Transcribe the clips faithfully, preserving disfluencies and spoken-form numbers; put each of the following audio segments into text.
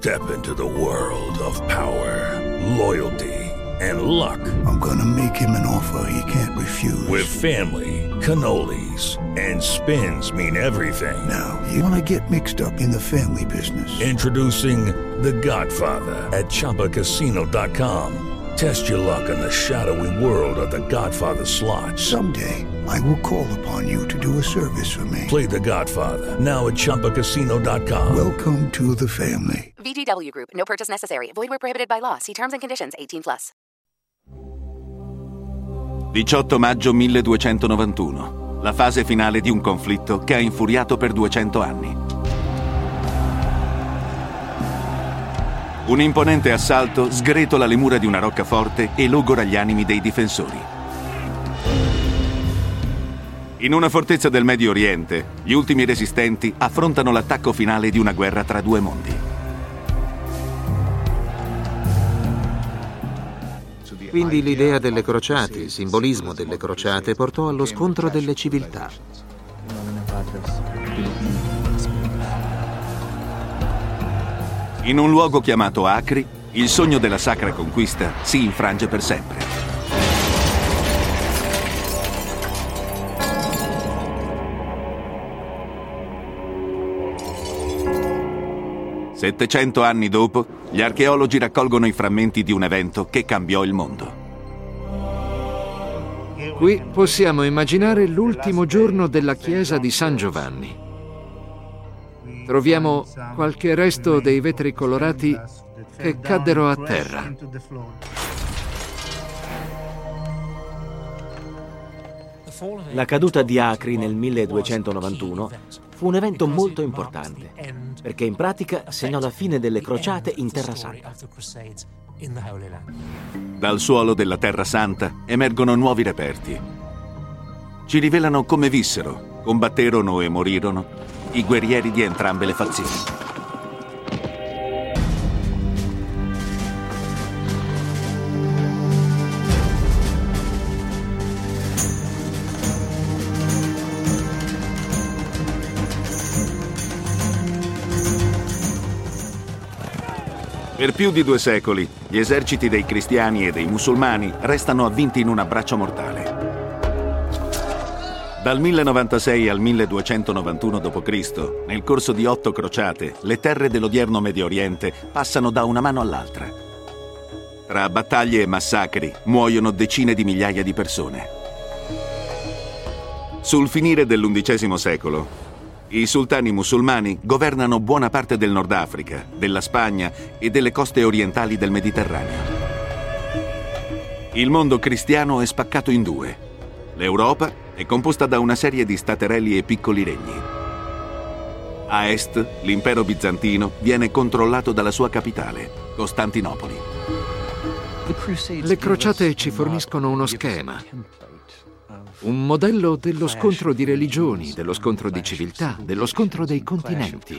Step into the world of power, loyalty, and luck. I'm gonna make him an offer he can't refuse. With family, cannolis, and spins mean everything. Now, you wanna get mixed up in the family business. Introducing The Godfather at Chumba Casino dot com. Test your luck in the shadowy world of The Godfather slot. Someday, I will call upon you to do a service for me. Play The Godfather, now at Chumba Casino dot com. Welcome to the family. V G W Group. No purchase necessary. Void where prohibited by law. See terms and conditions. eighteen plus. diciotto maggio milleduecentonovantuno. La fase finale di un conflitto che ha infuriato per duecento anni. Un imponente assalto sgretola le mura di una roccaforte e logora gli animi dei difensori. In una fortezza del Medio Oriente, gli ultimi resistenti affrontano l'attacco finale di una guerra tra due mondi. Quindi l'idea delle crociate, il simbolismo delle crociate portò allo scontro delle civiltà. In un luogo chiamato Acri, il sogno della Sacra Conquista si infrange per sempre. Settecento anni dopo, gli archeologi raccolgono i frammenti di un evento che cambiò il mondo. Qui possiamo immaginare l'ultimo giorno della chiesa di San Giovanni. Troviamo qualche resto dei vetri colorati che caddero a terra. La caduta di Acri nel milleduecentonovantuno fu un evento molto importante, perché in pratica segnò la fine delle crociate in Terra Santa. Dal suolo della Terra Santa emergono nuovi reperti. Ci rivelano come vissero, combatterono e morirono i guerrieri di entrambe le fazioni. Per più di due secoli, gli eserciti dei cristiani e dei musulmani restano avvinti in un abbraccio mortale. Dal millecentonovantasei al milleduecentonovantuno dopo Cristo, nel corso di otto crociate, le terre dell'odierno Medio Oriente passano da una mano all'altra. Tra battaglie e massacri muoiono decine di migliaia di persone. Sul finire dell'undicesimo secolo, i sultani musulmani governano buona parte del Nord Africa, della Spagna e delle coste orientali del Mediterraneo. Il mondo cristiano è spaccato in due. L'Europa è composta da una serie di staterelli e piccoli regni. A est, l'impero bizantino viene controllato dalla sua capitale, Costantinopoli. Le crociate ci forniscono uno schema, un modello dello scontro di religioni, dello scontro di civiltà, dello scontro dei continenti.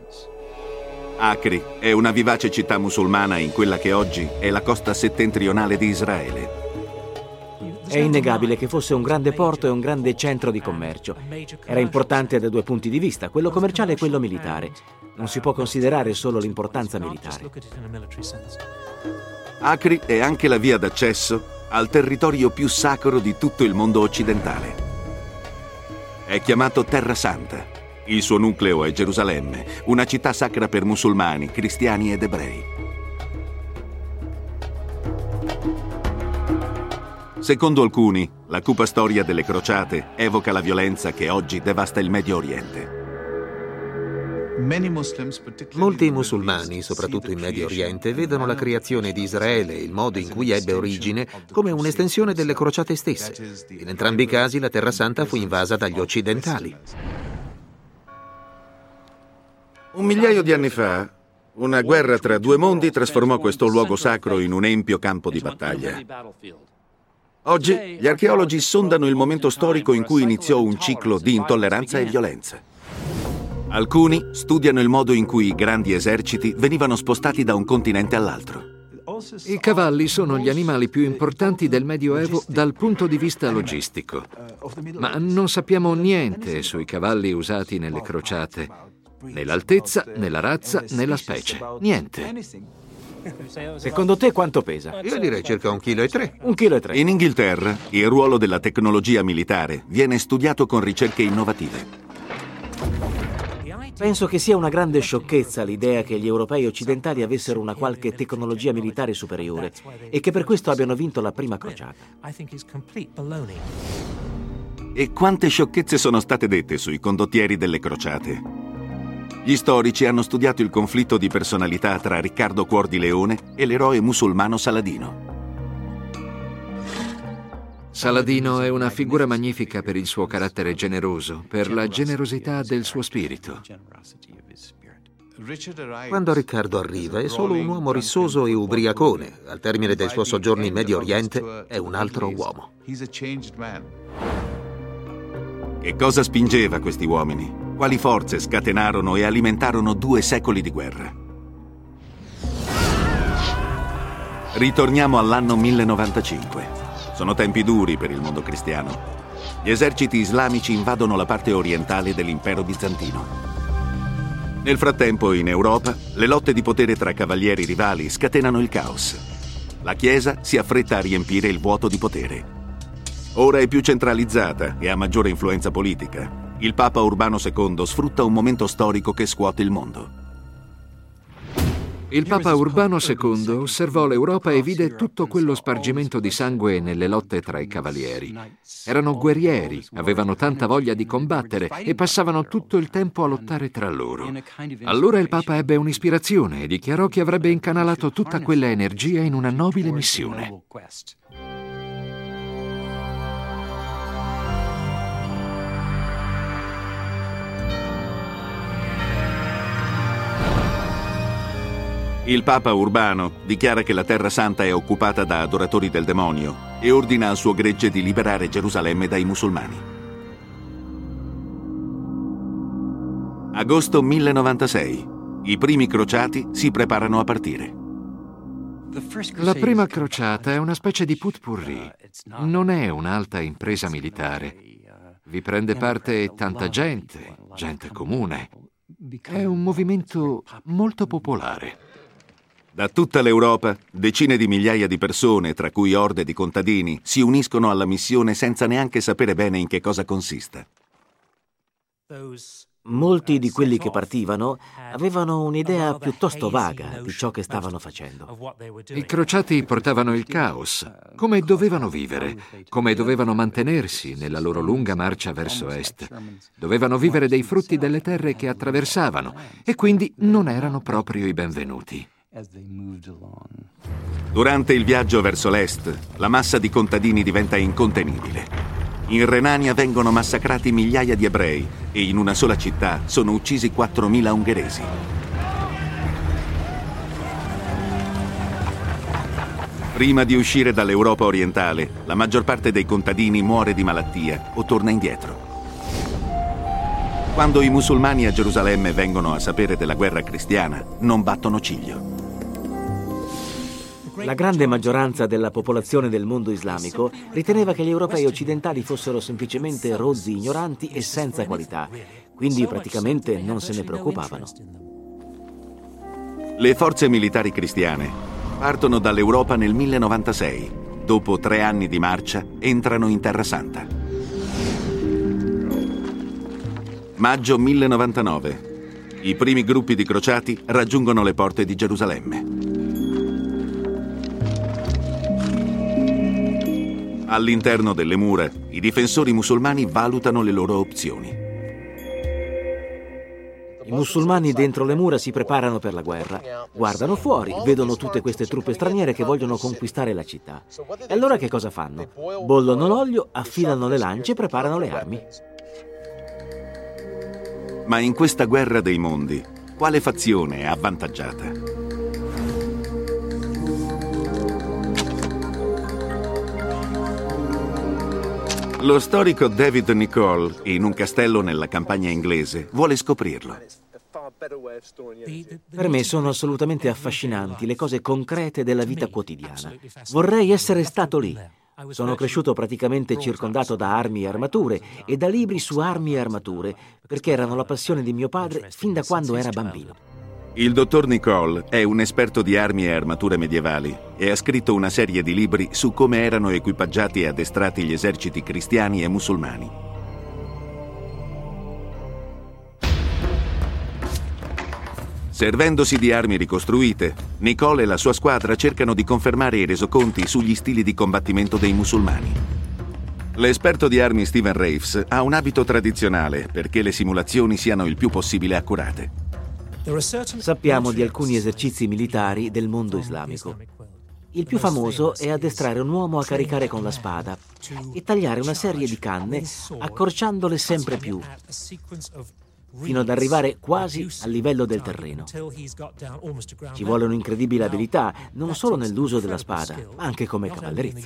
Acri è una vivace città musulmana in quella che oggi è la costa settentrionale di Israele. È innegabile che fosse un grande porto e un grande centro di commercio. Era importante da due punti di vista, quello commerciale e quello militare. Non si può considerare solo l'importanza militare. Acri è anche la via d'accesso al territorio più sacro di tutto il mondo occidentale. È chiamato Terra Santa. Il suo nucleo è Gerusalemme, una città sacra per musulmani, cristiani ed ebrei. Secondo alcuni, la cupa storia delle crociate evoca la violenza che oggi devasta il Medio Oriente. Molti musulmani, soprattutto in Medio Oriente, vedono la creazione di Israele e il modo in cui ebbe origine come un'estensione delle crociate stesse. In entrambi i casi la Terra Santa fu invasa dagli occidentali. Un migliaio di anni fa, una guerra tra due mondi trasformò questo luogo sacro in un empio campo di battaglia. Oggi gli archeologi sondano il momento storico in cui iniziò un ciclo di intolleranza e violenza. Alcuni studiano il modo in cui i grandi eserciti venivano spostati da un continente all'altro. I cavalli sono gli animali più importanti del Medioevo dal punto di vista logistico. Ma non sappiamo niente sui cavalli usati nelle crociate. Né l'altezza, né la razza, né la specie. Niente. Secondo te quanto pesa? Io direi circa un chilo e tre. Un chilo e tre. In Inghilterra il ruolo della tecnologia militare viene studiato con ricerche innovative. Penso che sia una grande sciocchezza l'idea che gli europei occidentali avessero una qualche tecnologia militare superiore e che per questo abbiano vinto la prima crociata. E quante sciocchezze sono state dette sui condottieri delle crociate? Gli storici hanno studiato il conflitto di personalità tra Riccardo Cuor di Leone e l'eroe musulmano Saladino. Saladino è una figura magnifica per il suo carattere generoso, per la generosità del suo spirito. Quando Riccardo arriva è solo un uomo rissoso e ubriacone. Al termine del suo soggiorno in Medio Oriente è un altro uomo. Che cosa spingeva questi uomini? Quali forze scatenarono e alimentarono due secoli di guerra? Ritorniamo all'anno millenovantacinque. Sono tempi duri per il mondo cristiano. Gli eserciti islamici invadono la parte orientale dell'impero bizantino. Nel frattempo, in Europa, le lotte di potere tra cavalieri rivali scatenano il caos. La Chiesa si affretta a riempire il vuoto di potere. Ora è più centralizzata e ha maggiore influenza politica. Il Papa Urbano secondo sfrutta un momento storico che scuote il mondo. Il Papa Urbano secondo osservò l'Europa e vide tutto quello spargimento di sangue nelle lotte tra i cavalieri. Erano guerrieri, avevano tanta voglia di combattere e passavano tutto il tempo a lottare tra loro. Allora il Papa ebbe un'ispirazione e dichiarò che avrebbe incanalato tutta quella energia in una nobile missione. Il Papa Urbano dichiara che la Terra Santa è occupata da adoratori del demonio e ordina al suo gregge di liberare Gerusalemme dai musulmani. Agosto millenovanta-sei. I primi crociati si preparano a partire. La prima crociata è una specie di putpurri. Non è un'alta impresa militare. Vi prende parte tanta gente, gente comune. È un movimento molto popolare. Da tutta l'Europa, decine di migliaia di persone, tra cui orde di contadini, si uniscono alla missione senza neanche sapere bene in che cosa consista. Molti di quelli che partivano avevano un'idea piuttosto vaga di ciò che stavano facendo. I crociati portavano il caos, come dovevano vivere, come dovevano mantenersi nella loro lunga marcia verso est. Dovevano vivere dei frutti delle terre che attraversavano e quindi non erano proprio i benvenuti. Durante il viaggio verso l'est, la massa di contadini diventa incontenibile. In Renania vengono massacrati migliaia di ebrei e in una sola città sono uccisi quattromila ungheresi. Prima di uscire dall'Europa orientale, la maggior parte dei contadini muore di malattia o torna indietro. Quando i musulmani a Gerusalemme vengono a sapere della guerra cristiana, non battono ciglio. La grande maggioranza della popolazione del mondo islamico riteneva che gli europei occidentali fossero semplicemente rozzi, ignoranti e senza qualità, quindi praticamente non se ne preoccupavano. Le forze militari cristiane partono dall'Europa nel millenovanta-sei. Dopo tre anni di marcia, entrano in Terra Santa. Maggio millenovanta-nove. I primi gruppi di crociati raggiungono le porte di Gerusalemme. All'interno delle mura, i difensori musulmani valutano le loro opzioni. I musulmani dentro le mura si preparano per la guerra. Guardano fuori, vedono tutte queste truppe straniere che vogliono conquistare la città. E allora che cosa fanno? Bollono l'olio, affilano le lance e preparano le armi. Ma in questa guerra dei mondi, quale fazione è avvantaggiata? Lo storico David Nicholl, in un castello nella campagna inglese, vuole scoprirlo. Per me sono assolutamente affascinanti le cose concrete della vita quotidiana. Vorrei essere stato lì. Sono cresciuto praticamente circondato da armi e armature e da libri su armi e armature, perché erano la passione di mio padre fin da quando era bambino. Il dottor Nicole è un esperto di armi e armature medievali e ha scritto una serie di libri su come erano equipaggiati e addestrati gli eserciti cristiani e musulmani. Servendosi di armi ricostruite, Nicole e la sua squadra cercano di confermare i resoconti sugli stili di combattimento dei musulmani. L'esperto di armi Stephen Raves ha un abito tradizionale perché le simulazioni siano il più possibile accurate. Sappiamo di alcuni esercizi militari del mondo islamico. Il più famoso è addestrare un uomo a caricare con la spada e tagliare una serie di canne accorciandole sempre più, fino ad arrivare quasi al livello del terreno. Ci vuole un'incredibile abilità, non solo nell'uso della spada, ma anche come cavallerizzo.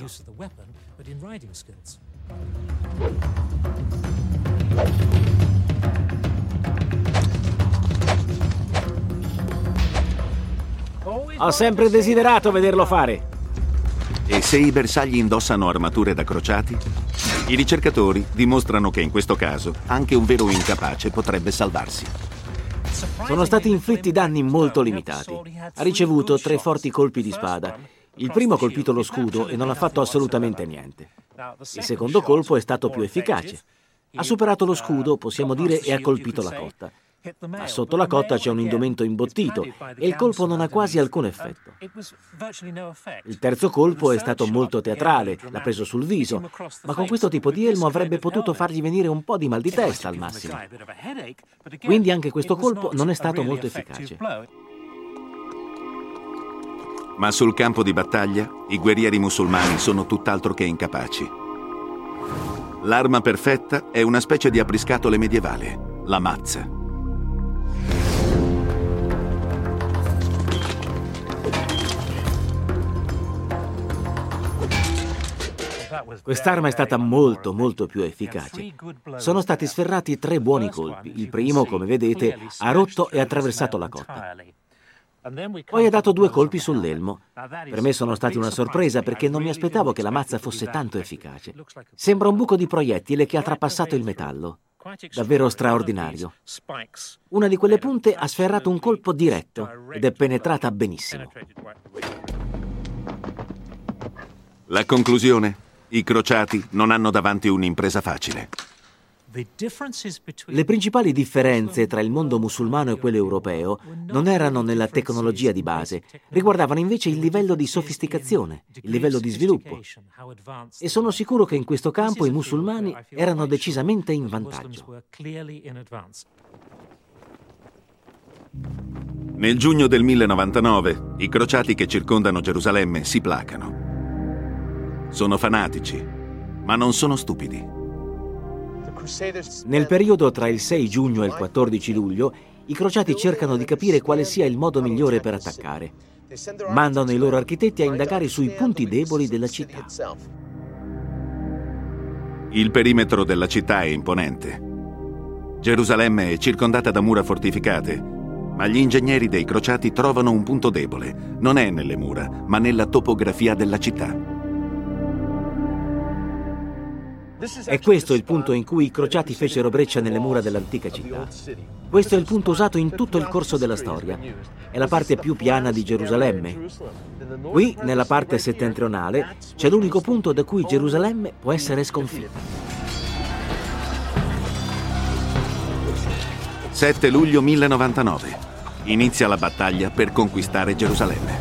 Ho sempre desiderato vederlo fare. E se i bersagli indossano armature da crociati? I ricercatori dimostrano che in questo caso anche un vero incapace potrebbe salvarsi. Sono stati inflitti danni molto limitati. Ha ricevuto tre forti colpi di spada. Il primo ha colpito lo scudo e non ha fatto assolutamente niente. Il secondo colpo è stato più efficace. Ha superato lo scudo, possiamo dire, e ha colpito la cotta. Ma sotto la cotta c'è un indumento imbottito e il colpo non ha quasi alcun effetto. Il terzo colpo è stato molto teatrale, l'ha preso sul viso, ma con questo tipo di elmo avrebbe potuto fargli venire un po' di mal di testa al massimo. Quindi anche questo colpo non è stato molto efficace. Ma sul campo di battaglia i guerrieri musulmani sono tutt'altro che incapaci. L'arma perfetta è una specie di apriscatole medievale, la mazza. Quest'arma è stata molto, molto più efficace. Sono stati sferrati tre buoni colpi. Il primo, come vedete, ha rotto e attraversato la cotta. Poi ha dato due colpi sull'elmo. Per me sono stati una sorpresa perché non mi aspettavo che la mazza fosse tanto efficace. Sembra un buco di proiettile che ha trapassato il metallo. Davvero straordinario. Una di quelle punte ha sferrato un colpo diretto ed è penetrata benissimo. La conclusione? I crociati non hanno davanti un'impresa facile. Le principali differenze tra il mondo musulmano e quello europeo non erano nella tecnologia di base, riguardavano invece il livello di sofisticazione, il livello di sviluppo. E sono sicuro che in questo campo i musulmani erano decisamente in vantaggio. Nel giugno del millenovanta i crociati che circondano Gerusalemme si placano. Sono fanatici, ma non sono stupidi. Nel periodo tra il sei giugno e il quattordici luglio, i crociati cercano di capire quale sia il modo migliore per attaccare. Mandano i loro architetti a indagare sui punti deboli della città. Il perimetro della città è imponente. Gerusalemme è circondata da mura fortificate, ma gli ingegneri dei crociati trovano un punto debole. Non è nelle mura, ma nella topografia della città. È questo il punto in cui i crociati fecero breccia nelle mura dell'antica città. Questo è il punto usato in tutto il corso della storia. È la parte più piana di Gerusalemme. Qui, nella parte settentrionale, c'è l'unico punto da cui Gerusalemme può essere sconfitta. sette luglio millenovanta Inizia la battaglia per conquistare Gerusalemme.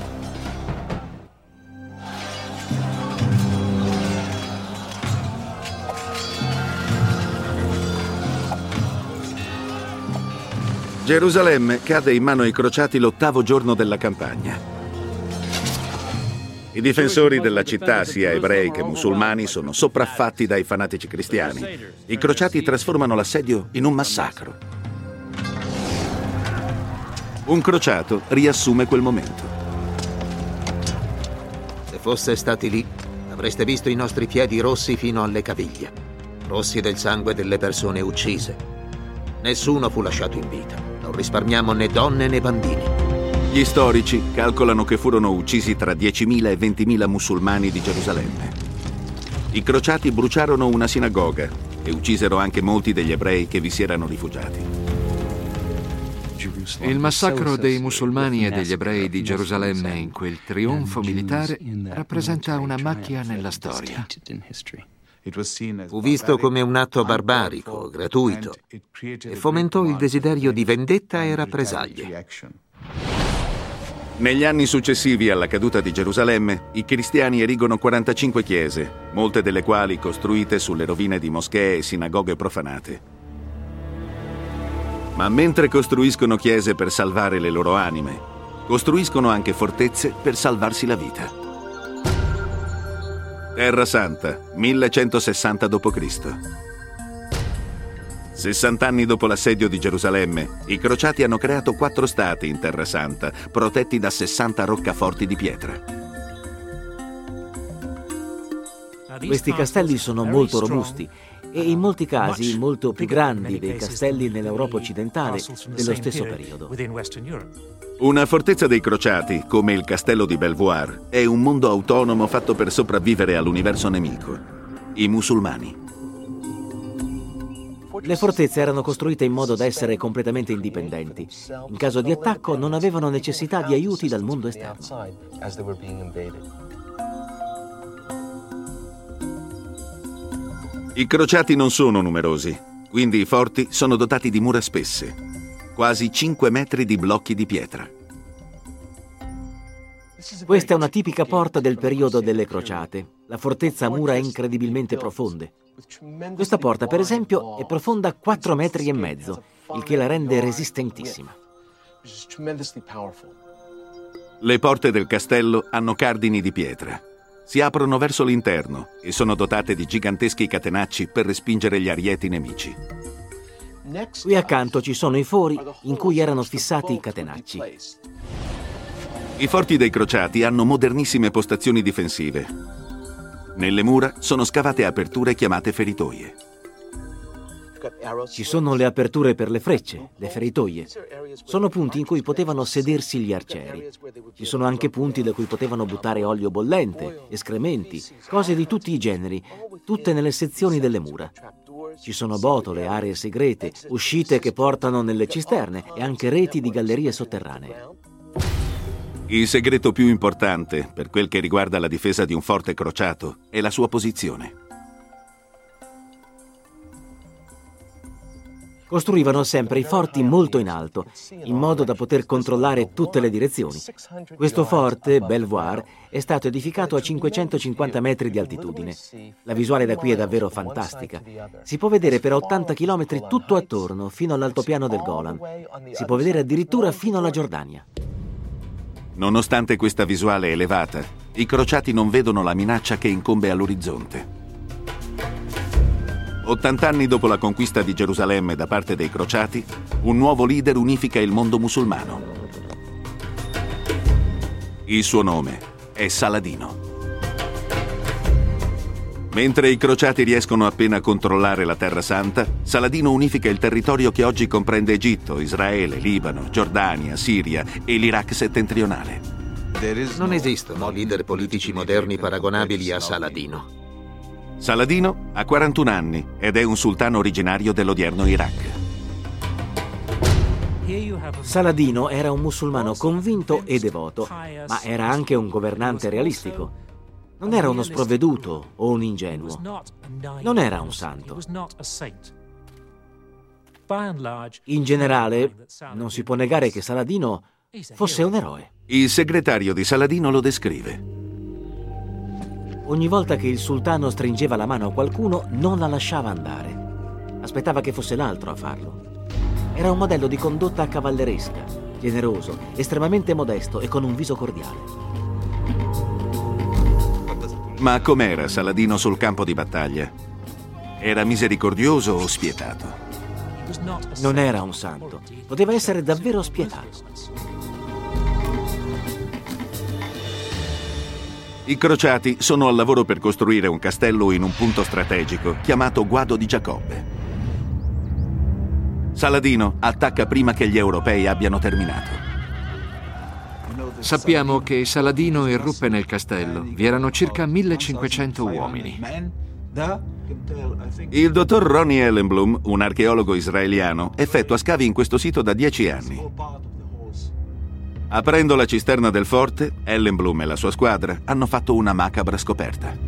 Gerusalemme cade in mano ai crociati l'ottavo giorno della campagna. I difensori della città, sia ebrei che musulmani, sono sopraffatti dai fanatici cristiani. I crociati trasformano l'assedio in un massacro. Un crociato riassume quel momento. Se foste stati lì, avreste visto i nostri piedi rossi fino alle caviglie, rossi del sangue delle persone uccise. Nessuno fu lasciato in vita. Non risparmiamo né donne né bambini. Gli storici calcolano che furono uccisi tra diecimila e ventimila musulmani di Gerusalemme. I crociati bruciarono una sinagoga e uccisero anche molti degli ebrei che vi si erano rifugiati. Il massacro dei musulmani e degli ebrei di Gerusalemme in quel trionfo militare rappresenta una macchia nella storia. Fu visto come un atto barbarico, gratuito, e fomentò il desiderio di vendetta e rappresaglie. Negli anni successivi alla caduta di Gerusalemme, i cristiani erigono quarantacinque chiese, molte delle quali costruite sulle rovine di moschee e sinagoghe profanate. Ma mentre costruiscono chiese per salvare le loro anime, costruiscono anche fortezze per salvarsi la vita. Terra Santa, millecentosessanta dopo Cristo sessant'anni dopo l'assedio di Gerusalemme, i crociati hanno creato quattro stati in Terra Santa, protetti da sessanta roccaforti di pietra. Questi castelli sono molto robusti e in molti casi molto più grandi dei castelli nell'Europa occidentale dello stesso periodo. Una fortezza dei crociati, come il castello di Belvoir, è un mondo autonomo fatto per sopravvivere all'universo nemico, i musulmani. Le fortezze erano costruite in modo da essere completamente indipendenti. In caso di attacco non avevano necessità di aiuti dal mondo esterno. I crociati non sono numerosi, quindi i forti sono dotati di mura spesse, quasi cinque metri di blocchi di pietra. Questa è una tipica porta del periodo delle crociate. La fortezza ha mura incredibilmente profonde. Questa porta, per esempio, è profonda quattro metri e mezzo, il che la rende resistentissima. Le porte del castello hanno cardini di pietra. Si aprono verso l'interno e sono dotate di giganteschi catenacci per respingere gli arieti nemici. Qui accanto ci sono i fori in cui erano fissati i catenacci. I forti dei crociati hanno modernissime postazioni difensive. Nelle mura sono scavate aperture chiamate feritoie. Ci sono le aperture per le frecce, le feritoie. Sono punti in cui potevano sedersi gli arcieri. Ci sono anche punti da cui potevano buttare olio bollente, escrementi, cose di tutti i generi, tutte nelle sezioni delle mura. Ci sono botole, aree segrete, uscite che portano nelle cisterne e anche reti di gallerie sotterranee. Il segreto più importante per quel che riguarda la difesa di un forte crociato è la sua posizione. Costruivano sempre i forti molto in alto, in modo da poter controllare tutte le direzioni. Questo forte, Belvoir, è stato edificato a cinquecentocinquanta metri di altitudine. La visuale da qui è davvero fantastica. Si può vedere per ottanta chilometri tutto attorno, fino all'altopiano del Golan. Si può vedere addirittura fino alla Giordania. Nonostante questa visuale elevata, i crociati non vedono la minaccia che incombe all'orizzonte. ottant'anni dopo la conquista di Gerusalemme da parte dei crociati, un nuovo leader unifica il mondo musulmano. Il suo nome è Saladino. Mentre i crociati riescono appena a controllare la Terra Santa, Saladino unifica il territorio che oggi comprende Egitto, Israele, Libano, Giordania, Siria e l'Iraq settentrionale. Non esistono leader politici moderni paragonabili a Saladino. Saladino ha quarantuno anni ed è un sultano originario dell'odierno Iraq. Saladino era un musulmano convinto e devoto, ma era anche un governante realistico. Non era uno sprovveduto o un ingenuo. Non era un santo. In generale, non si può negare che Saladino fosse un eroe. Il segretario di Saladino lo descrive. Ogni volta che il sultano stringeva la mano a qualcuno, non la lasciava andare. Aspettava che fosse l'altro a farlo. Era un modello di condotta cavalleresca, generoso, estremamente modesto e con un viso cordiale. Ma com'era Saladino sul campo di battaglia? Era misericordioso o spietato? Non era un santo. Poteva essere davvero spietato. I crociati sono al lavoro per costruire un castello in un punto strategico chiamato Guado di Giacobbe. Saladino attacca prima che gli europei abbiano terminato. Sappiamo che Saladino irruppe nel castello. Vi erano circa millecinquecento uomini. Il dottor Ronnie Ellenblum, un archeologo israeliano, effettua scavi in questo sito da dieci anni. Aprendo la cisterna del forte, Ellenblum e la sua squadra hanno fatto una macabra scoperta.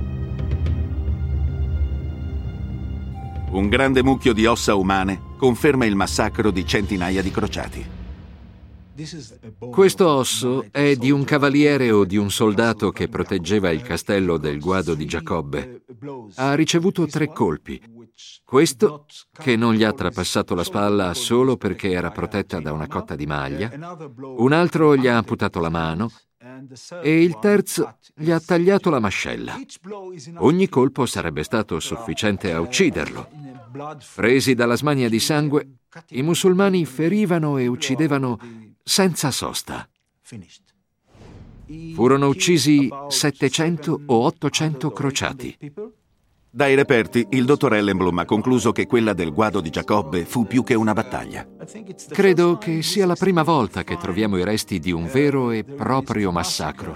Un grande mucchio di ossa umane conferma il massacro di centinaia di crociati. Questo osso è di un cavaliere o di un soldato che proteggeva il castello del Guado di Giacobbe. Ha ricevuto tre colpi. Questo, che non gli ha trapassato la spalla solo perché era protetta da una cotta di maglia, un altro gli ha amputato la mano e il terzo gli ha tagliato la mascella. Ogni colpo sarebbe stato sufficiente a ucciderlo. Presi dalla smania di sangue, i musulmani ferivano e uccidevano senza sosta. Furono uccisi settecento o ottocento crociati. Dai reperti, il dottor Ellenblum ha concluso che quella del Guado di Giacobbe fu più che una battaglia. Credo che sia la prima volta che troviamo i resti di un vero e proprio massacro.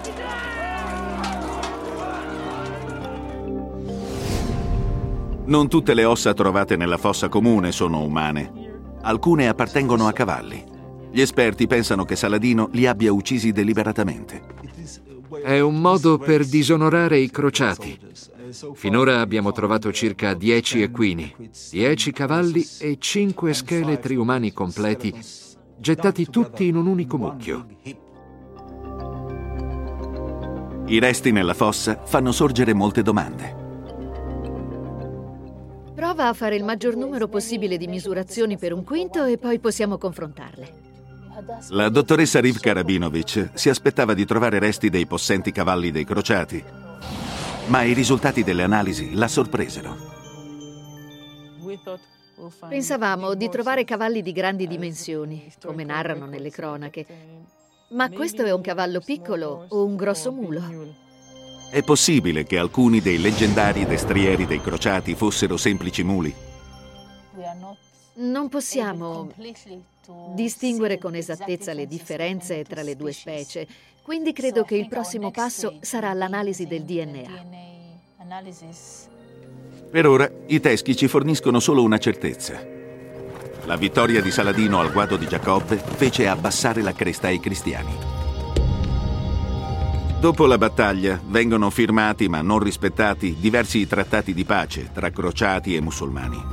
Non tutte le ossa trovate nella fossa comune sono umane. Alcune appartengono a cavalli. Gli esperti pensano che Saladino li abbia uccisi deliberatamente. È un modo per disonorare i crociati. Finora abbiamo trovato circa dieci equini, dieci cavalli e cinque scheletri umani completi, gettati tutti in un unico mucchio. I resti nella fossa fanno sorgere molte domande. Prova a fare il maggior numero possibile di misurazioni per un quinto e poi possiamo confrontarle. La dottoressa Rivka Rabinovich si aspettava di trovare resti dei possenti cavalli dei crociati, ma i risultati delle analisi la sorpresero. Pensavamo di trovare cavalli di grandi dimensioni, come narrano nelle cronache, ma questo è un cavallo piccolo o un grosso mulo. È possibile che alcuni dei leggendari destrieri dei crociati fossero semplici muli? Non possiamo distinguere con esattezza le differenze tra le due specie, quindi credo che il prossimo passo sarà l'analisi del D N A. Per ora i teschi ci forniscono solo una certezza. La vittoria di Saladino al Guado di Giacobbe fece abbassare la cresta ai cristiani. Dopo la battaglia vengono firmati ma non rispettati diversi trattati di pace tra crociati e musulmani.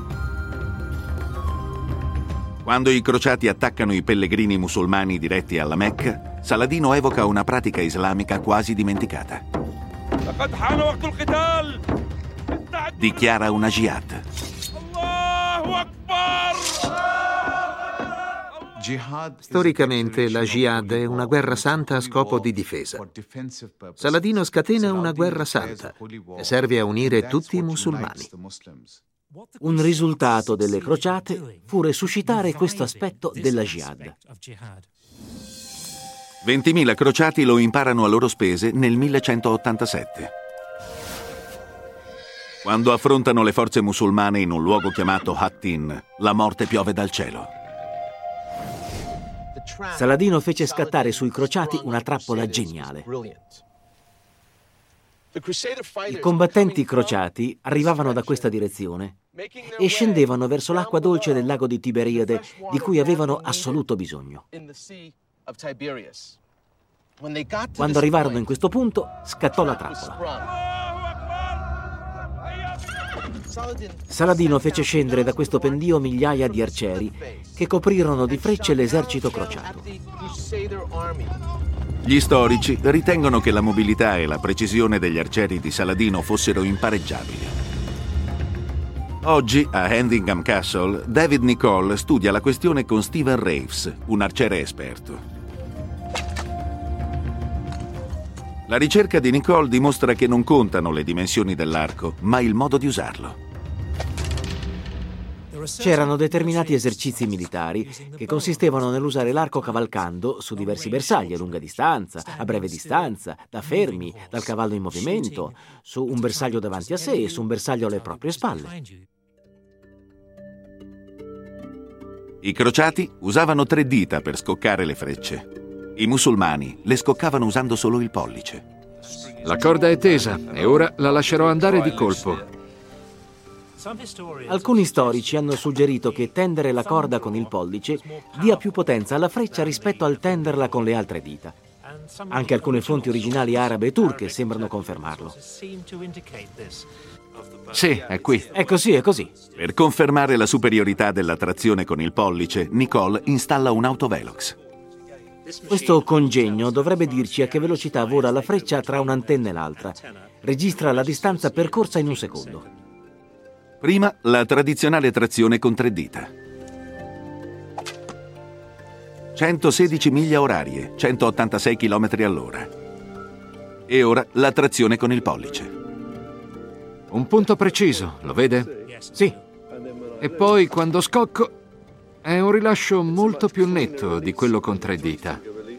Quando i crociati attaccano i pellegrini musulmani diretti alla Mecca, Saladino evoca una pratica islamica quasi dimenticata. Dichiara una jihad. Storicamente la jihad è una guerra santa a scopo di difesa. Saladino scatena una guerra santa e serve a unire tutti i musulmani. Un risultato delle crociate fu resuscitare questo aspetto della jihad. ventimila crociati lo imparano a loro spese nel millecentottantasette. Quando affrontano le forze musulmane in un luogo chiamato Hattin, la morte piove dal cielo. Saladino fece scattare sui crociati una trappola geniale. I combattenti crociati arrivavano da questa direzione e scendevano verso l'acqua dolce del lago di Tiberiade, di cui avevano assoluto bisogno. Quando arrivarono in questo punto, scattò la trappola. Saladino fece scendere da questo pendio migliaia di arcieri che coprirono di frecce l'esercito crociato. Gli storici ritengono che la mobilità e la precisione degli arcieri di Saladino fossero impareggiabili. Oggi, a Handingham Castle, David Nicol studia la questione con Stephen Raves, un arciere esperto. La ricerca di Nicol dimostra che non contano le dimensioni dell'arco, ma il modo di usarlo. C'erano determinati esercizi militari che consistevano nell'usare l'arco cavalcando su diversi bersagli a lunga distanza, a breve distanza, da fermi, dal cavallo in movimento, su un bersaglio davanti a sé e su un bersaglio alle proprie spalle. I crociati usavano tre dita per scoccare le frecce. I musulmani le scoccavano usando solo il pollice. La corda è tesa e ora la lascerò andare di colpo. Alcuni storici hanno suggerito che tendere la corda con il pollice dia più potenza alla freccia rispetto al tenderla con le altre dita. Anche alcune fonti originali arabe e turche sembrano confermarlo. Sì, è qui. È così, è così. Per confermare la superiorità della trazione con il pollice, Nicole installa un autovelox. Questo congegno dovrebbe dirci a che velocità vola la freccia tra un'antenna e l'altra. Registra la distanza percorsa in un secondo. Prima la tradizionale trazione con tre dita. centosedici miglia orarie, centottantasei chilometri all'ora. E ora la trazione con il pollice. Un punto preciso, lo vede? Sì. E poi quando scocco è un rilascio molto più netto di quello con tre dita.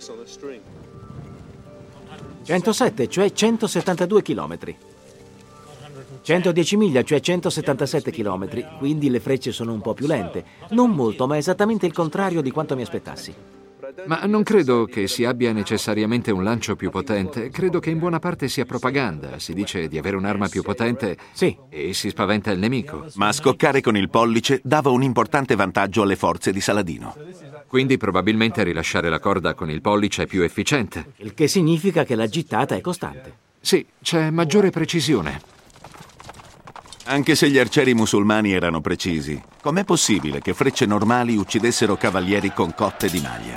centosette, cioè centosettantadue chilometri. centodieci miglia, cioè centosettantasette chilometri, quindi le frecce sono un po' più lente. Non molto, ma esattamente il contrario di quanto mi aspettassi. Ma non credo che si abbia necessariamente un lancio più potente. Credo che in buona parte sia propaganda. Si dice di avere un'arma più potente, sì, e si spaventa il nemico. Ma scoccare con il pollice dava un importante vantaggio alle forze di Saladino. Quindi probabilmente rilasciare la corda con il pollice è più efficiente. Il che significa che la gittata è costante. Sì, c'è maggiore precisione. Anche se gli arcieri musulmani erano precisi, com'è possibile che frecce normali uccidessero cavalieri con cotte di maglia?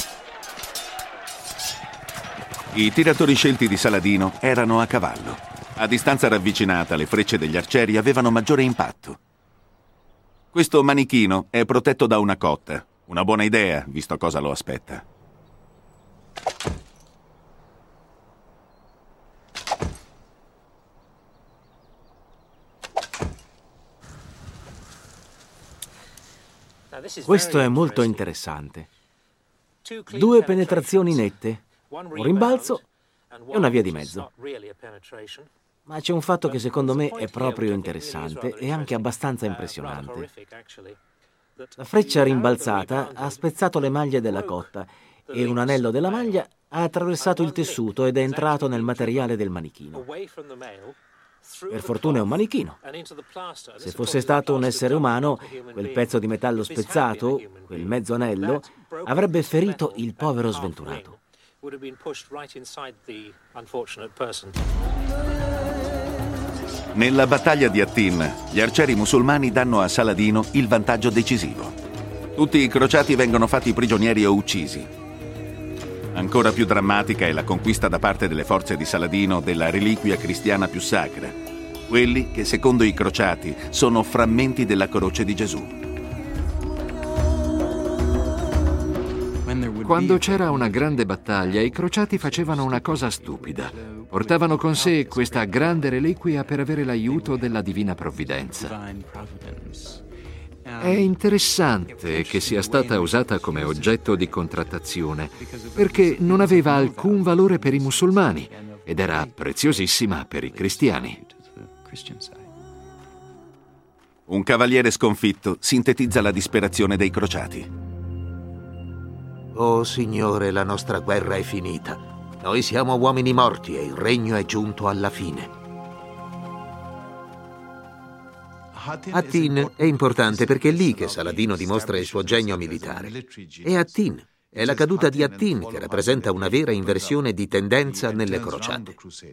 I tiratori scelti di Saladino erano a cavallo. A distanza ravvicinata, le frecce degli arcieri avevano maggiore impatto. Questo manichino è protetto da una cotta. Una buona idea, visto cosa lo aspetta. Questo è molto interessante. Due penetrazioni nette, un rimbalzo e una via di mezzo. Ma c'è un fatto che secondo me è proprio interessante e anche abbastanza impressionante. La freccia rimbalzata ha spezzato le maglie della cotta e un anello della maglia ha attraversato il tessuto ed è entrato nel materiale del manichino. Per fortuna è un manichino. Se fosse stato un essere umano, quel pezzo di metallo spezzato, quel mezzo anello, avrebbe ferito il povero sventurato. Nella battaglia di Hattin, gli arcieri musulmani danno a Saladino il vantaggio decisivo. Tutti i crociati vengono fatti prigionieri o uccisi. Ancora più drammatica è la conquista da parte delle forze di Saladino della reliquia cristiana più sacra, quelli che, secondo i crociati, sono frammenti della croce di Gesù. Quando c'era una grande battaglia, i crociati facevano una cosa stupida. Portavano con sé questa grande reliquia per avere l'aiuto della divina provvidenza. È interessante che sia stata usata come oggetto di contrattazione, perché non aveva alcun valore per i musulmani ed era preziosissima per i cristiani. Un cavaliere sconfitto sintetizza la disperazione dei crociati. Oh Signore, la nostra guerra è finita. Noi siamo uomini morti e il regno è giunto alla fine. Hattin è importante perché è lì che Saladino dimostra il suo genio militare. È Hattin, è la caduta di Hattin che rappresenta una vera inversione di tendenza nelle crociate.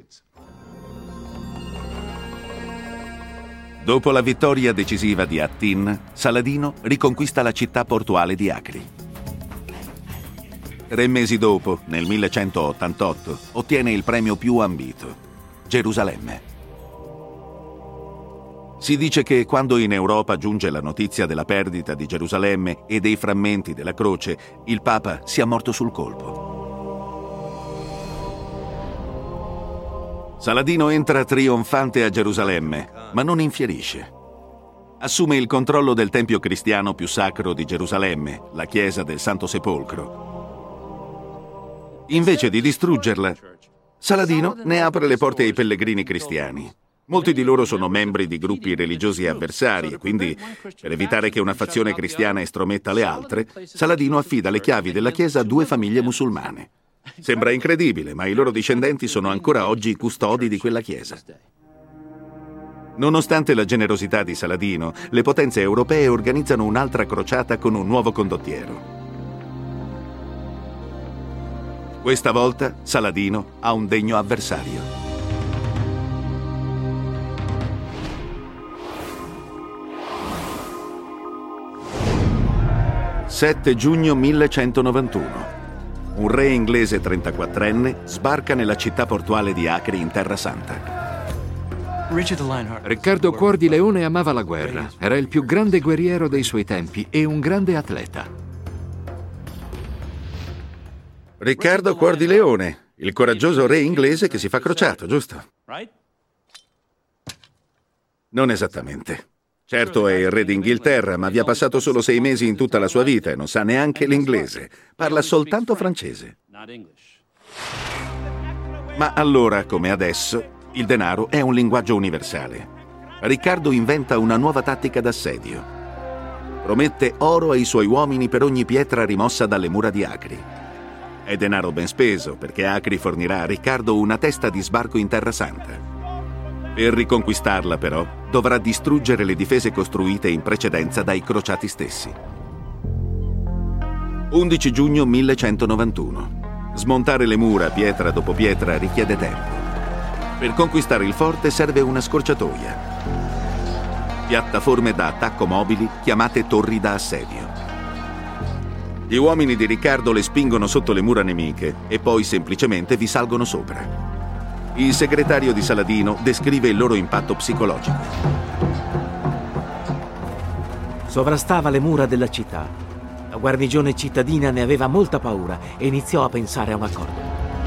Dopo la vittoria decisiva di Hattin, Saladino riconquista la città portuale di Acri. Tre mesi dopo, nel millecentottantotto, ottiene il premio più ambito, Gerusalemme. Si dice che quando in Europa giunge la notizia della perdita di Gerusalemme e dei frammenti della croce, il Papa sia morto sul colpo. Saladino entra trionfante a Gerusalemme, ma non infierisce. Assume il controllo del tempio cristiano più sacro di Gerusalemme, la chiesa del Santo Sepolcro. Invece di distruggerla, Saladino ne apre le porte ai pellegrini cristiani. Molti di loro sono membri di gruppi religiosi avversari e quindi, per evitare che una fazione cristiana estrometta le altre, Saladino affida le chiavi della chiesa a due famiglie musulmane. Sembra incredibile, ma i loro discendenti sono ancora oggi i custodi di quella chiesa. Nonostante la generosità di Saladino, le potenze europee organizzano un'altra crociata con un nuovo condottiero. Questa volta Saladino ha un degno avversario. sette giugno millecentonovantuno. Un re inglese trentaquattrenne sbarca nella città portuale di Acri in Terra Santa. Riccardo Cuor di Leone amava la guerra, era il più grande guerriero dei suoi tempi e un grande atleta. Riccardo Cuor di Leone, il coraggioso re inglese che si fa crociato, giusto? Non esattamente. Certo è il re d'Inghilterra, ma vi ha passato solo sei mesi in tutta la sua vita e non sa neanche l'inglese. Parla soltanto francese. Ma allora, come adesso, il denaro è un linguaggio universale. Riccardo inventa una nuova tattica d'assedio. Promette oro ai suoi uomini per ogni pietra rimossa dalle mura di Acri. È denaro ben speso, perché Acri fornirà a Riccardo una testa di sbarco in Terra Santa. Per riconquistarla, però, dovrà distruggere le difese costruite in precedenza dai crociati stessi. undici giugno millecentonovantuno. Smontare le mura pietra dopo pietra richiede tempo. Per conquistare il forte serve una scorciatoia. Piattaforme da attacco mobili chiamate torri da assedio. Gli uomini di Riccardo le spingono sotto le mura nemiche e poi semplicemente vi salgono sopra. Il segretario di Saladino descrive il loro impatto psicologico. Sovrastava le mura della città. La guarnigione cittadina ne aveva molta paura e iniziò a pensare a un accordo.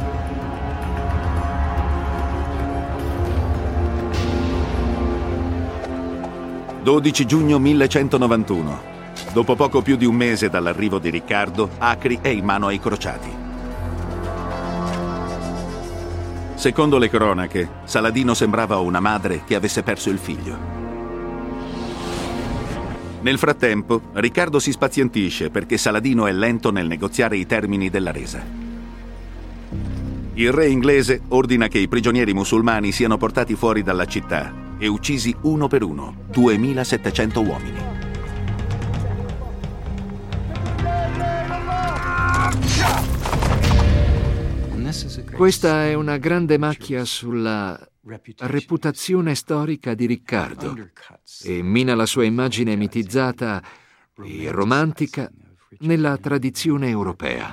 dodici giugno millecentonovantuno. Dopo poco più di un mese dall'arrivo di Riccardo, Acri è in mano ai crociati. Secondo le cronache, Saladino sembrava una madre che avesse perso il figlio. Nel frattempo, Riccardo si spazientisce perché Saladino è lento nel negoziare i termini della resa. Il re inglese ordina che i prigionieri musulmani siano portati fuori dalla città e uccisi uno per uno, duemilasettecento uomini. Questa è una grande macchia sulla reputazione storica di Riccardo e mina la sua immagine mitizzata e romantica nella tradizione europea.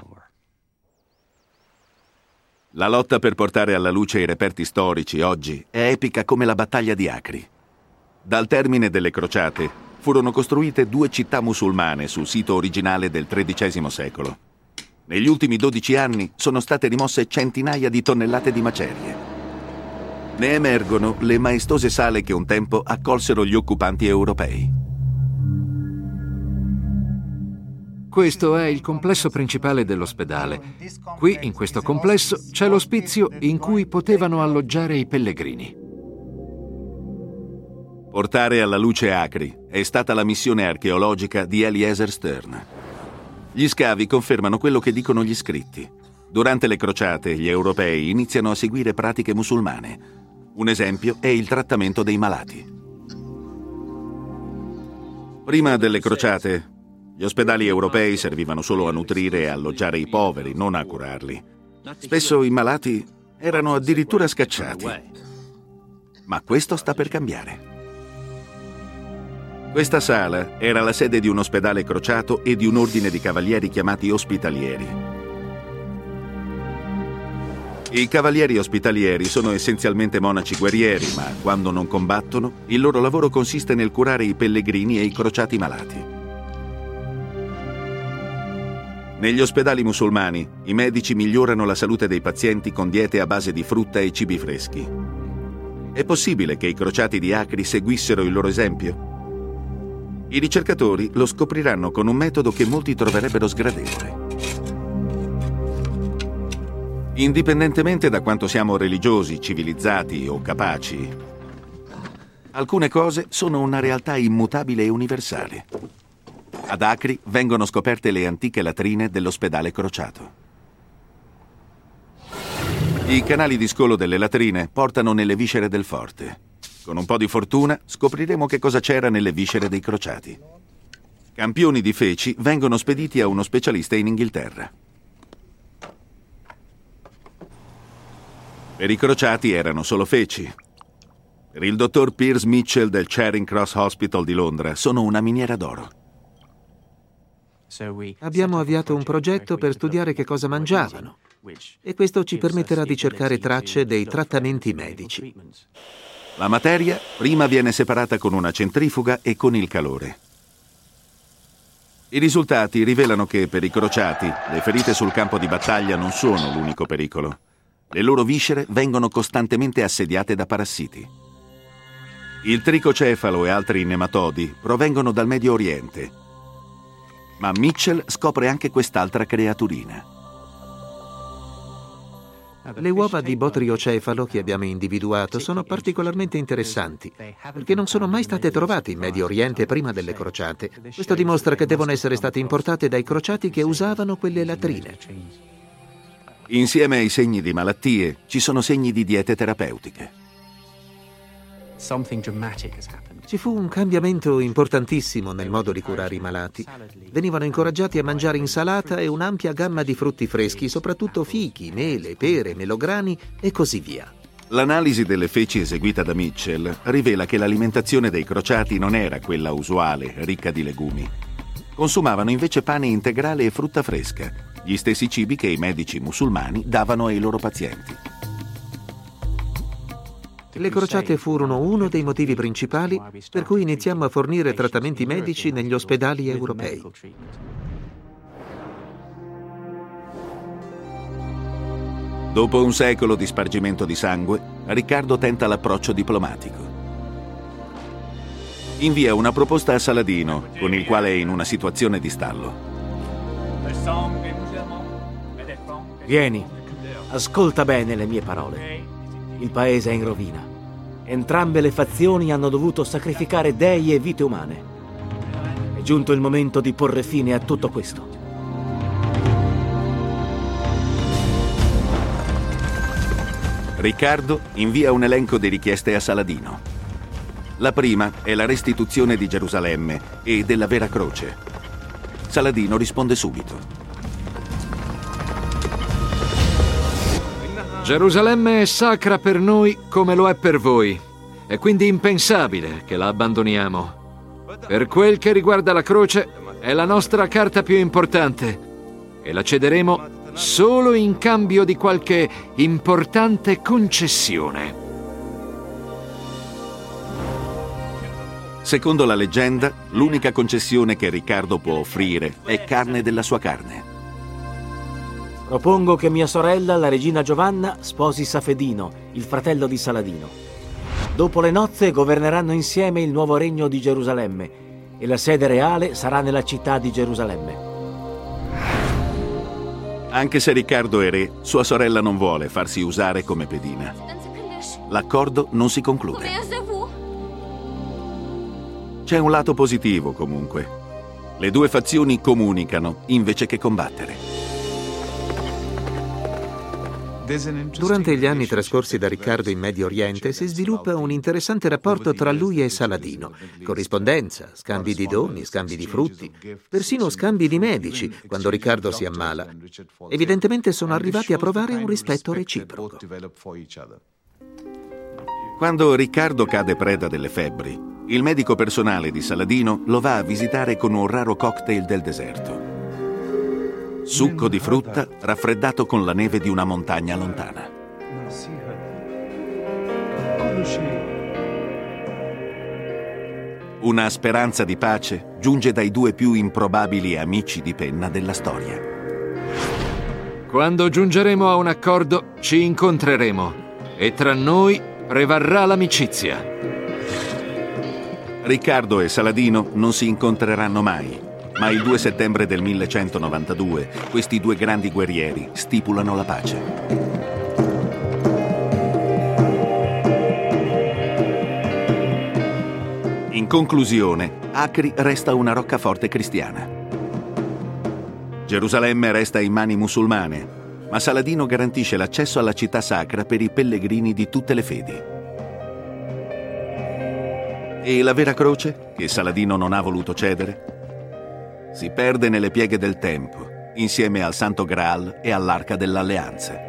La lotta per portare alla luce i reperti storici oggi è epica come la battaglia di Acri. Dal termine delle crociate furono costruite due città musulmane sul sito originale del tredicesimo secolo. Negli ultimi dodici anni sono state rimosse centinaia di tonnellate di macerie. Ne emergono le maestose sale che un tempo accolsero gli occupanti europei. Questo è il complesso principale dell'ospedale. Qui, in questo complesso, c'è l'ospizio in cui potevano alloggiare i pellegrini. Portare alla luce Acri è stata la missione archeologica di Eliezer Stern. Gli scavi confermano quello che dicono gli scritti. Durante le crociate, gli europei iniziano a seguire pratiche musulmane. Un esempio è il trattamento dei malati. Prima delle crociate, gli ospedali europei servivano solo a nutrire e alloggiare i poveri, non a curarli. Spesso i malati erano addirittura scacciati. Ma questo sta per cambiare. Questa sala era la sede di un ospedale crociato e di un ordine di cavalieri chiamati ospitalieri. I cavalieri ospitalieri sono essenzialmente monaci guerrieri, ma quando non combattono, il loro lavoro consiste nel curare i pellegrini e i crociati malati. Negli ospedali musulmani, i medici migliorano la salute dei pazienti con diete a base di frutta e cibi freschi. È possibile che i crociati di Acri seguissero il loro esempio? I ricercatori lo scopriranno con un metodo che molti troverebbero sgradevole. Indipendentemente da quanto siamo religiosi, civilizzati o capaci, alcune cose sono una realtà immutabile e universale. Ad Acri vengono scoperte le antiche latrine dell'ospedale crociato. I canali di scolo delle latrine portano nelle viscere del forte. Con un po' di fortuna scopriremo che cosa c'era nelle viscere dei crociati. Campioni di feci vengono spediti a uno specialista in Inghilterra. Per i crociati erano solo feci. Per il dottor Piers Mitchell del Charing Cross Hospital di Londra sono una miniera d'oro. Abbiamo avviato un progetto per studiare che cosa mangiavano e questo ci permetterà di cercare tracce dei trattamenti medici. La materia prima viene separata con una centrifuga e con il calore. I risultati rivelano che per i crociati le ferite sul campo di battaglia non sono l'unico pericolo. Le loro viscere vengono costantemente assediate da parassiti. Il tricocefalo e altri nematodi provengono dal Medio Oriente. Ma Mitchell scopre anche quest'altra creaturina. Le uova di botriocefalo che abbiamo individuato sono particolarmente interessanti perché non sono mai state trovate in Medio Oriente prima delle crociate. Questo dimostra che devono essere state importate dai crociati che usavano quelle latrine. Insieme ai segni di malattie ci sono segni di diete terapeutiche. Ci fu un cambiamento importantissimo nel modo di curare i malati. Venivano incoraggiati a mangiare insalata e un'ampia gamma di frutti freschi, soprattutto fichi, mele, pere, melograni e così via. L'analisi delle feci eseguita da Mitchell rivela che l'alimentazione dei crociati non era quella usuale, ricca di legumi. Consumavano invece pane integrale e frutta fresca, gli stessi cibi che i medici musulmani davano ai loro pazienti. Le crociate furono uno dei motivi principali per cui iniziamo a fornire trattamenti medici negli ospedali europei. Dopo un secolo di spargimento di sangue, Riccardo tenta l'approccio diplomatico. Invia una proposta a Saladino, con il quale è in una situazione di stallo. Vieni, ascolta bene le mie parole. Il paese è in rovina. Entrambe le fazioni hanno dovuto sacrificare dei e vite umane. È giunto il momento di porre fine a tutto questo. Riccardo invia un elenco di richieste a Saladino. La prima è la restituzione di Gerusalemme e della Vera Croce. Saladino risponde subito. Gerusalemme è sacra per noi come lo è per voi. È quindi impensabile che la abbandoniamo. Per quel che riguarda la croce, è la nostra carta più importante e la cederemo solo in cambio di qualche importante concessione. Secondo la leggenda, l'unica concessione che Riccardo può offrire è carne della sua carne. Propongo che mia sorella, la regina Giovanna, sposi Safedino, il fratello di Saladino. Dopo le nozze governeranno insieme il nuovo regno di Gerusalemme e la sede reale sarà nella città di Gerusalemme. Anche se Riccardo è re, sua sorella non vuole farsi usare come pedina. L'accordo non si conclude. C'è un lato positivo, comunque. Le due fazioni comunicano invece che combattere. Durante gli anni trascorsi da Riccardo in Medio Oriente si sviluppa un interessante rapporto tra lui e Saladino. Corrispondenza, scambi di doni, scambi di frutti, persino scambi di medici quando Riccardo si ammala. Evidentemente sono arrivati a provare un rispetto reciproco. Quando Riccardo cade preda delle febbri, il medico personale di Saladino lo va a visitare con un raro cocktail del deserto. Succo di frutta raffreddato con la neve di una montagna lontana. Una speranza di pace giunge dai due più improbabili amici di penna della storia. Quando giungeremo a un accordo, ci incontreremo e tra noi prevarrà l'amicizia. Riccardo e Saladino non si incontreranno mai. Ma il due settembre del millecentonovantadue questi due grandi guerrieri stipulano la pace. In conclusione, Acri resta una roccaforte cristiana. Gerusalemme resta in mani musulmane, ma Saladino garantisce l'accesso alla città sacra per i pellegrini di tutte le fedi. E la vera croce, che Saladino non ha voluto cedere, si perde nelle pieghe del tempo, insieme al Santo Graal e all'Arca dell'Alleanza.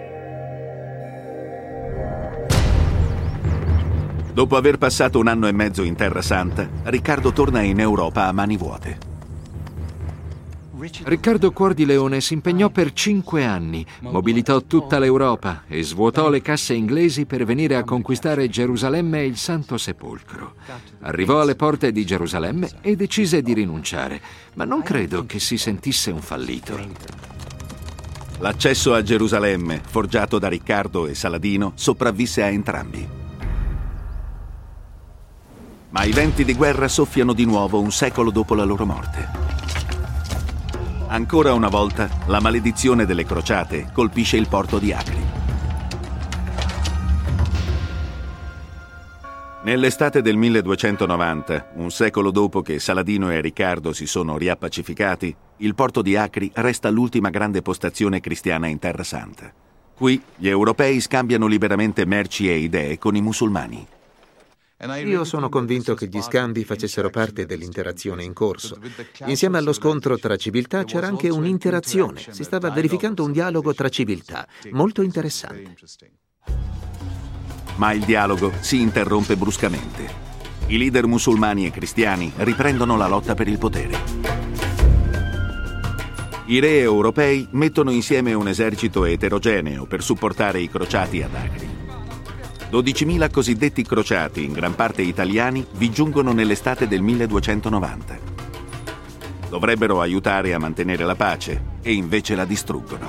Dopo aver passato un anno e mezzo in Terra Santa, Riccardo torna in Europa a mani vuote. Riccardo Cuor di Leone si impegnò per cinque anni, mobilitò tutta l'Europa e svuotò le casse inglesi per venire a conquistare Gerusalemme e il Santo Sepolcro. Arrivò alle porte di Gerusalemme e decise di rinunciare, ma non credo che si sentisse un fallito. L'accesso a Gerusalemme, forgiato da Riccardo e Saladino, sopravvisse a entrambi. Ma i venti di guerra soffiano di nuovo un secolo dopo la loro morte. Ancora una volta, la maledizione delle crociate colpisce il porto di Acri. Nell'estate del milleduecentonovanta, un secolo dopo che Saladino e Riccardo si sono riappacificati, il porto di Acri resta l'ultima grande postazione cristiana in Terra Santa. Qui gli europei scambiano liberamente merci e idee con i musulmani. Io sono convinto che gli scambi facessero parte dell'interazione in corso. Insieme allo scontro tra civiltà c'era anche un'interazione. Si stava verificando un dialogo tra civiltà, molto interessante. Ma il dialogo si interrompe bruscamente. I leader musulmani e cristiani riprendono la lotta per il potere. I re europei mettono insieme un esercito eterogeneo per supportare i crociati ad Acri. dodicimila cosiddetti crociati, in gran parte italiani, vi giungono nell'estate del milleduecentonovanta. Dovrebbero aiutare a mantenere la pace e invece la distruggono.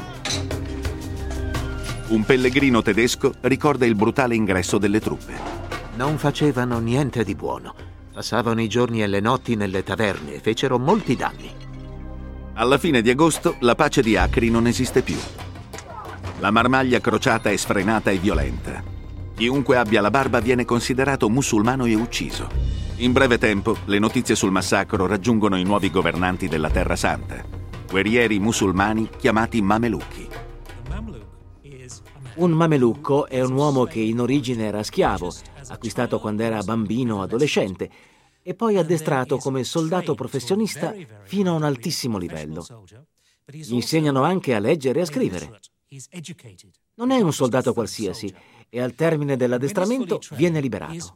Un pellegrino tedesco ricorda il brutale ingresso delle truppe. Non facevano niente di buono. Passavano i giorni e le notti nelle taverne e fecero molti danni. Alla fine di agosto la pace di Acri non esiste più. La marmaglia crociata è sfrenata e violenta. Chiunque abbia la barba viene considerato musulmano e ucciso. In breve tempo, le notizie sul massacro raggiungono i nuovi governanti della Terra Santa, guerrieri musulmani chiamati mamelucchi. Un mamelucco è un uomo che in origine era schiavo, acquistato quando era bambino o adolescente, e poi addestrato come soldato professionista fino a un altissimo livello. Gli insegnano anche a leggere e a scrivere. Non è un soldato qualsiasi e al termine dell'addestramento viene liberato.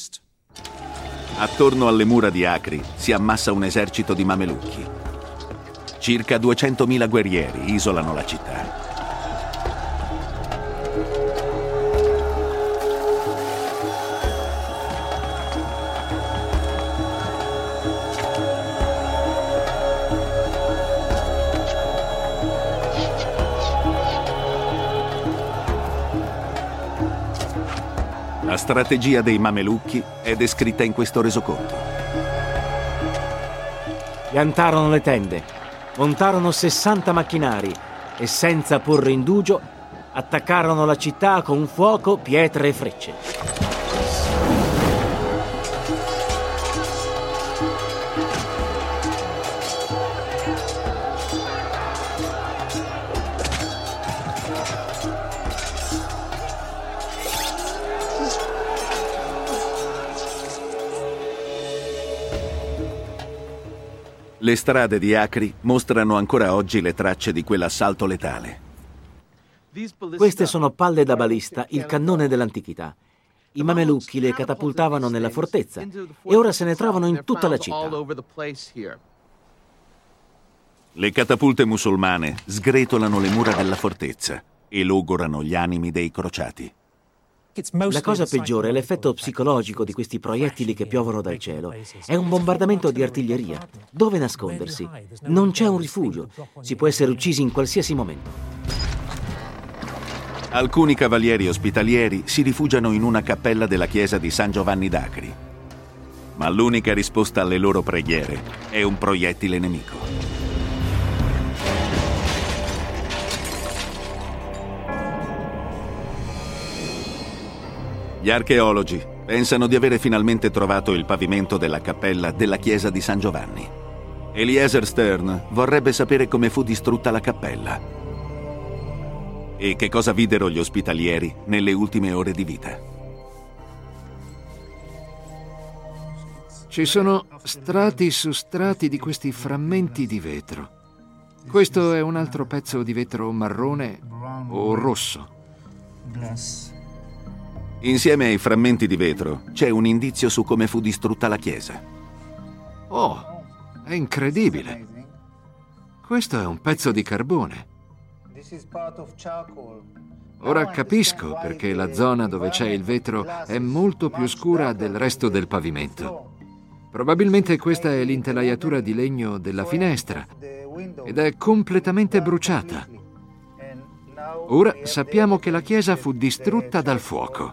Attorno alle mura di Acri si ammassa un esercito di mamelucchi. Circa duecentomila guerrieri isolano la città. La strategia dei mamelucchi è descritta in questo resoconto. Piantarono le tende, montarono sessanta macchinari e senza porre indugio attaccarono la città con fuoco, pietre e frecce. Le strade di Acri mostrano ancora oggi le tracce di quell'assalto letale. Queste sono palle da balista, il cannone dell'antichità. I mamelucchi le catapultavano nella fortezza e ora se ne trovano in tutta la città. Le catapulte musulmane sgretolano le mura della fortezza e logorano gli animi dei crociati. La cosa peggiore è l'effetto psicologico di questi proiettili che piovono dal cielo. È un bombardamento di artiglieria. Dove nascondersi? Non c'è un rifugio. Si può essere uccisi in qualsiasi momento. Alcuni cavalieri ospitalieri si rifugiano in una cappella della chiesa di San Giovanni d'Acri. Ma l'unica risposta alle loro preghiere è un proiettile nemico. Gli archeologi pensano di avere finalmente trovato il pavimento della cappella della chiesa di San Giovanni. Eliezer Stern vorrebbe sapere come fu distrutta la cappella. E che cosa videro gli ospitalieri nelle ultime ore di vita? Ci sono strati su strati di questi frammenti di vetro. Questo è un altro pezzo di vetro marrone o rosso. Insieme ai frammenti di vetro c'è un indizio su come fu distrutta la chiesa. Oh, è incredibile. Questo è un pezzo di carbone. Ora capisco perché la zona dove c'è il vetro è molto più scura del resto del pavimento. Probabilmente questa è l'intelaiatura di legno della finestra ed è completamente bruciata. Ora sappiamo che la chiesa fu distrutta dal fuoco.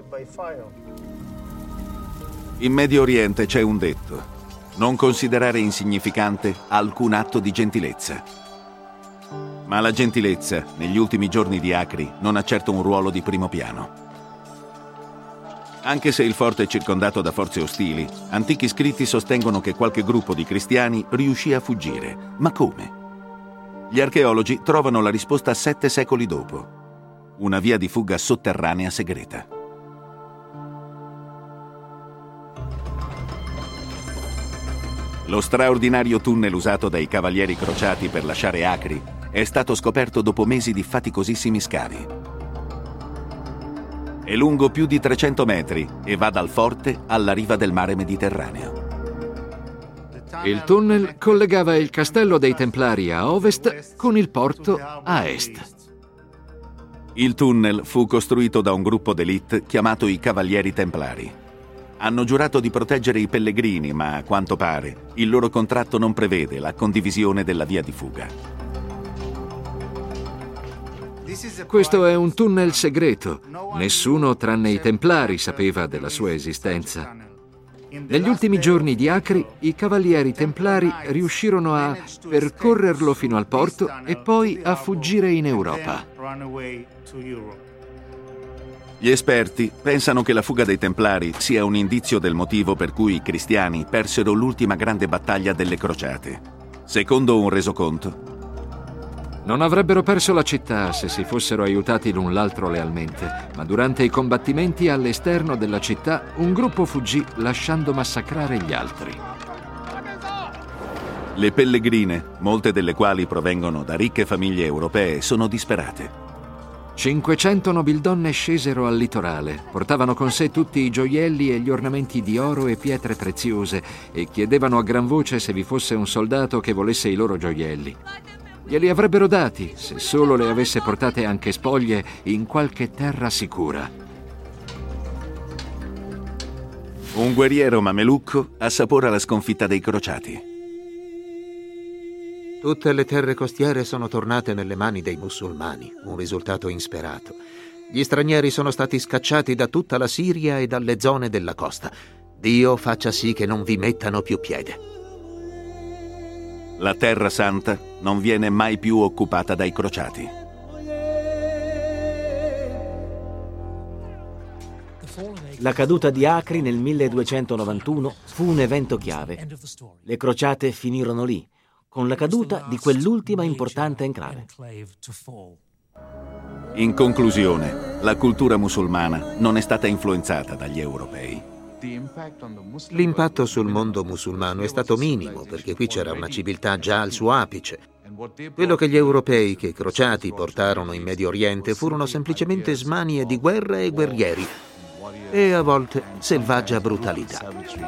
In Medio Oriente c'è un detto: non considerare insignificante alcun atto di gentilezza. Ma la gentilezza, negli ultimi giorni di Acri, non ha certo un ruolo di primo piano. Anche se il forte è circondato da forze ostili, antichi scritti sostengono che qualche gruppo di cristiani riuscì a fuggire. Ma come? Gli archeologi trovano la risposta sette secoli dopo: una via di fuga sotterranea segreta. Lo straordinario tunnel usato dai cavalieri crociati per lasciare Acri è stato scoperto dopo mesi di faticosissimi scavi. È lungo più di trecento metri e va dal forte alla riva del mare Mediterraneo. Il tunnel collegava il castello dei Templari a ovest con il porto a est. Il tunnel fu costruito da un gruppo d'élite chiamato i Cavalieri Templari. Hanno giurato di proteggere i pellegrini, ma a quanto pare il loro contratto non prevede la condivisione della via di fuga. Questo è un tunnel segreto. Nessuno tranne i Templari sapeva della sua esistenza. Negli ultimi giorni di Acri, i cavalieri Templari riuscirono a percorrerlo fino al porto e poi a fuggire in Europa. Gli esperti pensano che la fuga dei Templari sia un indizio del motivo per cui i cristiani persero l'ultima grande battaglia delle crociate. Secondo un resoconto, non avrebbero perso la città se si fossero aiutati l'un l'altro lealmente, ma durante i combattimenti all'esterno della città un gruppo fuggì lasciando massacrare gli altri. Le pellegrine, molte delle quali provengono da ricche famiglie europee, sono disperate. cinquecento nobildonne scesero al litorale, portavano con sé tutti i gioielli e gli ornamenti di oro e pietre preziose e chiedevano a gran voce se vi fosse un soldato che volesse i loro gioielli. Glieli avrebbero dati se solo le avesse portate anche spoglie in qualche terra sicura. Un guerriero mamelucco assapora la sconfitta dei crociati. Tutte le terre costiere sono tornate nelle mani dei musulmani, un risultato insperato. Gli stranieri sono stati scacciati da tutta la Siria e dalle zone della costa. Dio faccia sì che non vi mettano più piede. La Terra Santa non viene mai più occupata dai crociati. La caduta di Acri nel milleduecentonovantuno fu un evento chiave. Le crociate finirono lì, con la caduta di quell'ultima importante enclave. In conclusione, la cultura musulmana non è stata influenzata dagli europei. L'impatto sul mondo musulmano è stato minimo, perché qui c'era una civiltà già al suo apice. Quello che gli europei, che i crociati portarono in Medio Oriente, furono semplicemente smanie di guerra e guerrieri, e a volte selvaggia brutalità.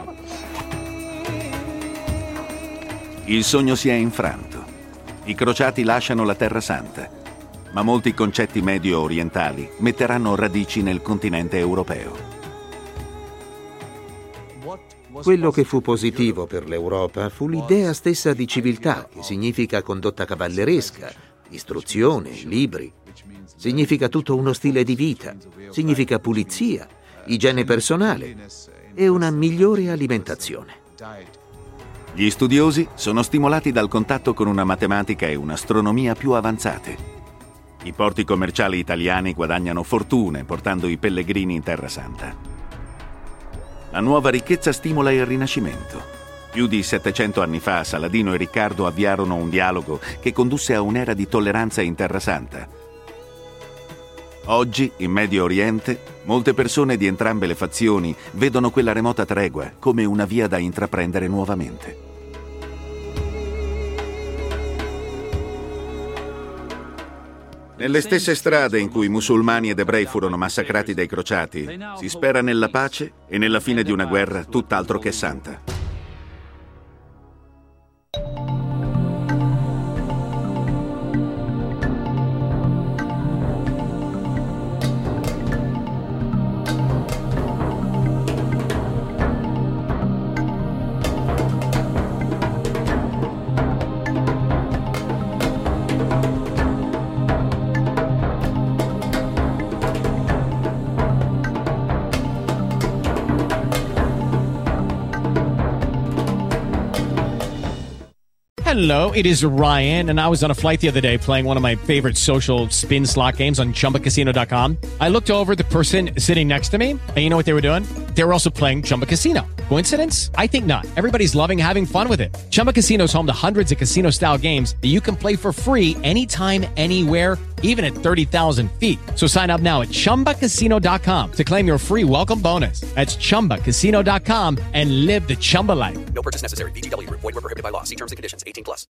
Il sogno si è infranto. I crociati lasciano la Terra Santa, ma molti concetti medio orientali metteranno radici nel continente europeo. Quello che fu positivo per l'Europa fu l'idea stessa di civiltà, che significa condotta cavalleresca, istruzione, libri. Significa tutto uno stile di vita, significa pulizia, igiene personale e una migliore alimentazione. Gli studiosi sono stimolati dal contatto con una matematica e un'astronomia più avanzate. I porti commerciali italiani guadagnano fortune portando i pellegrini in Terra Santa. La nuova ricchezza stimola il Rinascimento. Più di settecento anni fa Saladino e Riccardo avviarono un dialogo che condusse a un'era di tolleranza in Terra Santa. Oggi, in Medio Oriente, molte persone di entrambe le fazioni vedono quella remota tregua come una via da intraprendere nuovamente. Nelle stesse strade in cui musulmani ed ebrei furono massacrati dai crociati, si spera nella pace e nella fine di una guerra tutt'altro che santa. Hello, it is Ryan, and I was on a flight the other day playing one of my favorite social spin slot games on Chumba Casino dot com. I looked over at the person sitting next to me, and you know what they were doing? They were also playing Chumba Casino. Coincidence? I think not. Everybody's loving having fun with it. Chumba Casino is home to hundreds of casino-style games that you can play for free anytime, anywhere, even at thirty thousand feet. So sign up now at Chumba Casino dot com to claim your free welcome bonus. That's Chumba Casino dot com and live the Chumba life. No purchase necessary. V G W. Void where prohibited by law. See terms and conditions. eighteen plus.